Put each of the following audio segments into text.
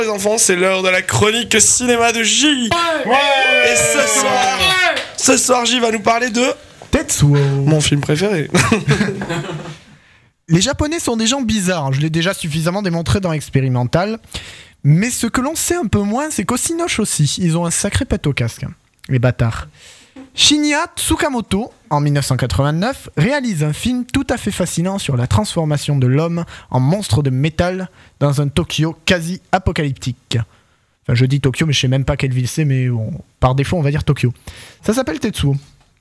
Les enfants, c'est l'heure de la chronique cinéma de J. Et ce soir, J va nous parler de Tetsuo, mon film préféré. Les Japonais sont des gens bizarres, je l'ai déjà suffisamment démontré dans Expérimental. Mais ce que l'on sait un peu moins, c'est qu'au Cinoche aussi, ils ont un sacré pet au casque, les bâtards. Shinya Tsukamoto, en 1989, réalise un film tout à fait fascinant sur la transformation de l'homme en monstre de métal dans un Tokyo quasi apocalyptique. Enfin, je dis Tokyo, mais je sais même pas quelle ville c'est, mais bon, par défaut, on va dire Tokyo. Ça s'appelle Tetsuo.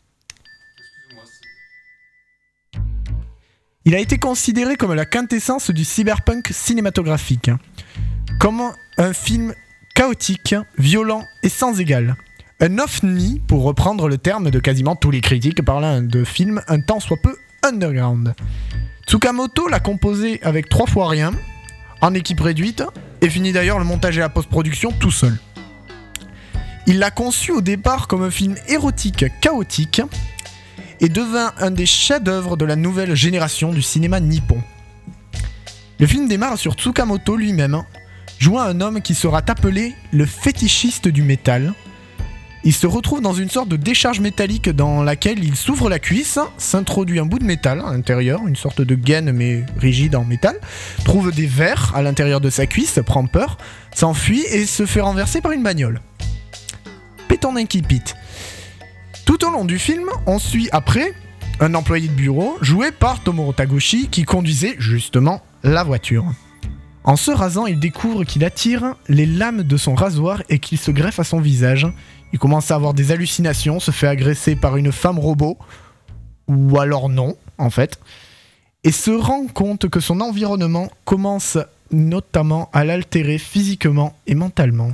Il a été considéré comme la quintessence du cyberpunk cinématographique. Comme un film chaotique, violent et sans égal. Un ovni, pour reprendre le terme de quasiment tous les critiques parlant de films un tant soit peu underground. Tsukamoto l'a composé avec 3 fois rien, en équipe réduite, et finit d'ailleurs le montage et la post-production tout seul. Il l'a conçu au départ comme un film érotique chaotique, et devint un des chefs-d'œuvre de la nouvelle génération du cinéma nippon. Le film démarre sur Tsukamoto lui-même, jouant un homme qui sera appelé le fétichiste du métal. Il se retrouve dans une sorte de décharge métallique dans laquelle il s'ouvre la cuisse, s'introduit un bout de métal à l'intérieur, une sorte de gaine mais rigide en métal, trouve des vers à l'intérieur de sa cuisse, prend peur, s'enfuit et se fait renverser par une bagnole. Péton incipit. Tout au long du film, on suit après un employé de bureau joué par Tomohiro Taguchi qui conduisait justement la voiture. En se rasant, il découvre qu'il attire les lames de son rasoir et qu'il se greffe à son visage. Il commence à avoir des hallucinations, se fait agresser par une femme robot, ou alors non, en fait, et se rend compte que son environnement commence notamment à l'altérer physiquement et mentalement.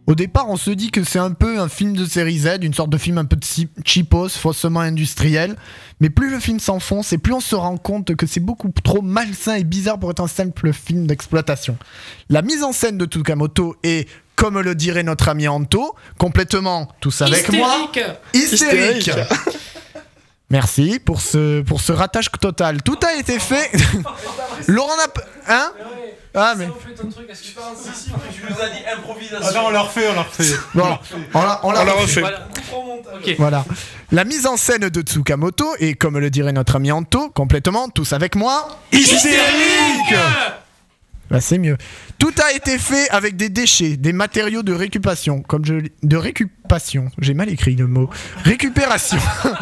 Au départ, on se dit que c'est un peu un film de série Z, une sorte de film un peu cheapos, faussement industriel. Mais plus le film s'enfonce et plus on se rend compte que c'est beaucoup trop malsain et bizarre pour être un simple film d'exploitation. La mise en scène de Tsukamoto est, comme le dirait notre ami Anto, complètement, tous avec moi, hystérique. Merci pour ce ratage total. Tout a été fait. Laurent n'a pas... Hein? Ah mais... Tu nous as dit improvisation. Ah non, on l'a refait. Bon, on l'a refait. Voilà. Okay. Voilà. La mise en scène de Tsukamoto est, comme le dirait notre ami Anto, complètement, tous avec moi, hystérique. Bah, c'est mieux. Tout a été fait avec des déchets, des matériaux de récupération, de récupération. J'ai mal écrit le mot. Récupération.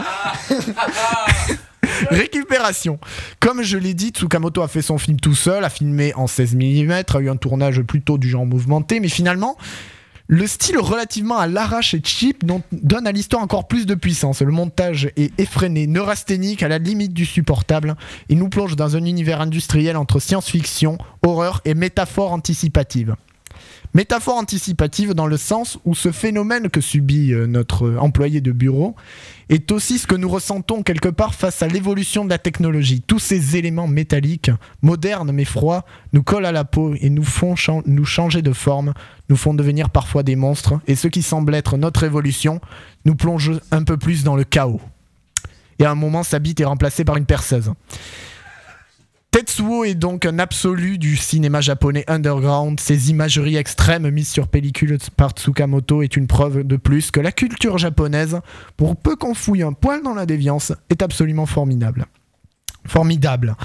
Récupération. Comme je l'ai dit, Tsukamoto a fait son film tout seul, a filmé en 16 mm, a eu un tournage plutôt du genre mouvementé, mais finalement, le style relativement à l'arrache et cheap donne à l'histoire encore plus de puissance. Le montage est effréné, neurasthénique, à la limite du supportable. Il nous plonge dans un univers industriel entre science-fiction, horreur et métaphore anticipative. Métaphore anticipative dans le sens où ce phénomène que subit notre employé de bureau est aussi ce que nous ressentons quelque part face à l'évolution de la technologie. Tous ces éléments métalliques, modernes mais froids, nous collent à la peau et nous font nous changer de forme, nous font devenir parfois des monstres, et ce qui semble être notre évolution nous plonge un peu plus dans le chaos. Et à un moment, sa bite est remplacée par une perceuse. Tetsuo est donc un absolu du cinéma japonais underground. Ces imageries extrêmes mises sur pellicule par Tsukamoto est une preuve de plus que la culture japonaise, pour peu qu'on fouille un poil dans la déviance, est absolument formidable.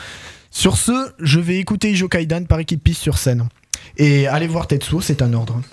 Sur ce, je vais écouter Ijo Kaidan par Équipe Peace sur scène. Et allez voir Tetsuo, c'est un ordre.